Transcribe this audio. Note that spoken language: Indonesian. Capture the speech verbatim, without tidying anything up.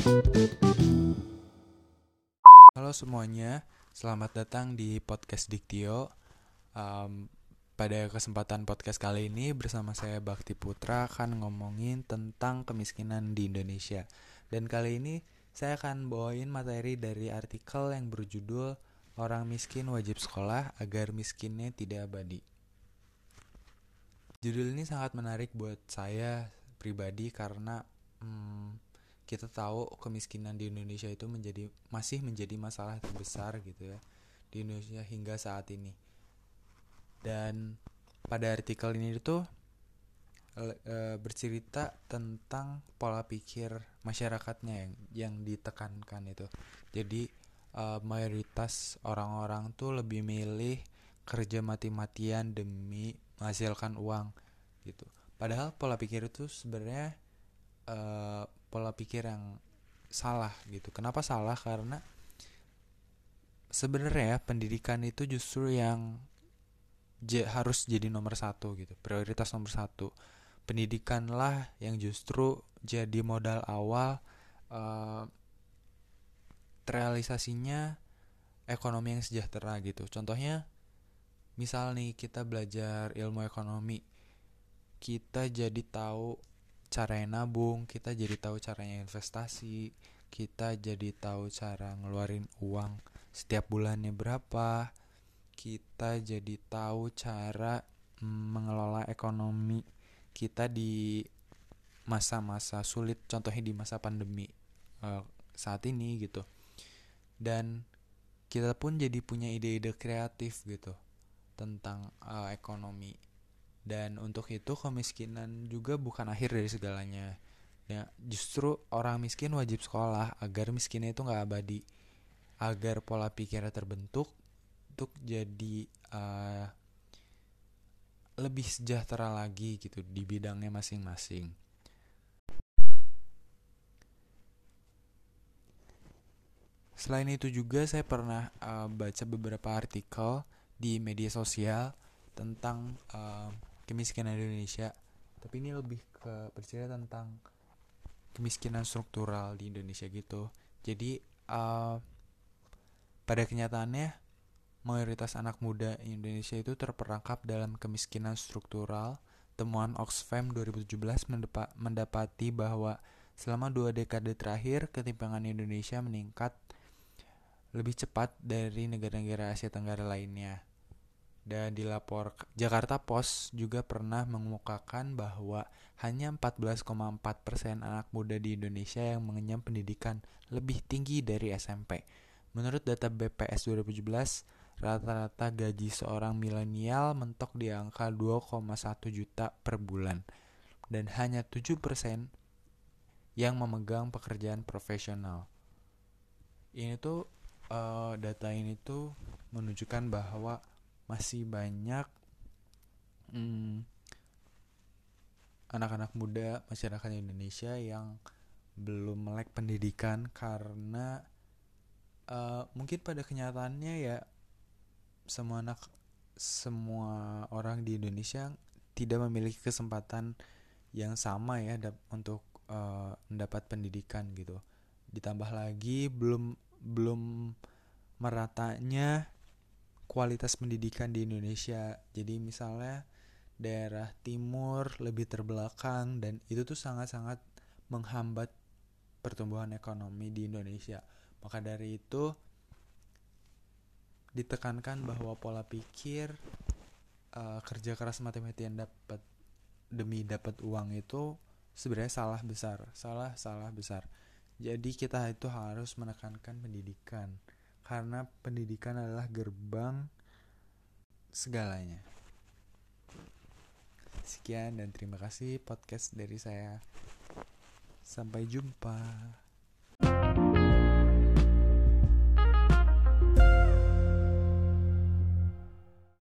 Halo semuanya, selamat datang di podcast Diktio. Um, pada kesempatan podcast kali ini bersama saya Bakti Putra akan ngomongin tentang kemiskinan di Indonesia. Dan kali ini saya akan bawain materi dari artikel yang berjudul Orang Miskin Wajib Sekolah Agar Miskinnya Tidak Abadi. Judul ini sangat menarik buat saya pribadi karena hmm, kita tahu kemiskinan di Indonesia itu menjadi masih menjadi masalah terbesar gitu ya di Indonesia hingga saat ini. Dan pada artikel ini itu e, bercerita tentang pola pikir masyarakatnya yang yang ditekankan itu. Jadi e, mayoritas orang-orang tuh lebih milih kerja mati-matian demi menghasilkan uang gitu. Padahal pola pikir itu sebenarnya Uh, pola pikir yang salah gitu. Kenapa salah? Karena sebenarnya pendidikan itu justru yang j- harus jadi nomor satu gitu, prioritas nomor satu. Pendidikanlah yang justru jadi modal awal uh, terrealisasinya ekonomi yang sejahtera gitu. Contohnya, misal nih kita belajar ilmu ekonomi, kita jadi tahu caranya nabung, kita jadi tahu caranya investasi, kita jadi tahu cara ngeluarin uang setiap bulannya berapa, kita jadi tahu cara mm, mengelola ekonomi kita di masa-masa sulit, contohnya di masa pandemi uh, saat ini gitu. Dan kita pun jadi punya ide-ide kreatif gitu tentang uh, ekonomi. Dan untuk itu kemiskinan juga bukan akhir dari segalanya. Ya, justru orang miskin wajib sekolah agar miskinnya itu nggak abadi, agar pola pikirnya terbentuk untuk jadi uh, lebih sejahtera lagi gitu di bidangnya masing-masing. Selain itu juga saya pernah uh, baca beberapa artikel di media sosial tentang uh, kemiskinan di Indonesia. Tapi ini lebih ke bercerita tentang kemiskinan struktural di Indonesia gitu. Jadi uh, pada kenyataannya mayoritas anak muda Indonesia itu terperangkap dalam kemiskinan struktural. Temuan Oxfam dua ribu tujuh belas mendepa- mendapati bahwa selama dua dekade terakhir ketimpangan Indonesia meningkat lebih cepat dari negara-negara Asia Tenggara lainnya. Dan dilapor Jakarta Post juga pernah mengemukakan bahwa hanya empat belas koma empat persen anak muda di Indonesia yang mengenyam pendidikan lebih tinggi dari S M P. Menurut data B P S dua ribu tujuh belas, rata-rata gaji seorang milenial mentok di angka dua koma satu juta per bulan. Dan hanya tujuh persen yang memegang pekerjaan profesional. Ini tuh uh, data ini tuh menunjukkan bahwa masih banyak hmm, anak-anak muda masyarakat Indonesia yang belum melek pendidikan karena uh, mungkin pada kenyataannya ya semua anak semua orang di Indonesia tidak memiliki kesempatan yang sama ya dap- untuk uh, mendapat pendidikan gitu. Ditambah lagi belum belum meratanya kualitas pendidikan di Indonesia. Jadi misalnya daerah timur lebih terbelakang dan itu tuh sangat-sangat menghambat pertumbuhan ekonomi di Indonesia. Maka dari itu ditekankan bahwa pola pikir uh, kerja keras mati-matian dapat demi dapat uang itu sebenarnya salah besar, salah salah besar. Jadi kita itu harus menekankan pendidikan karena pendidikan adalah gerbang segalanya. Sekian dan terima kasih podcast dari saya. Sampai jumpa.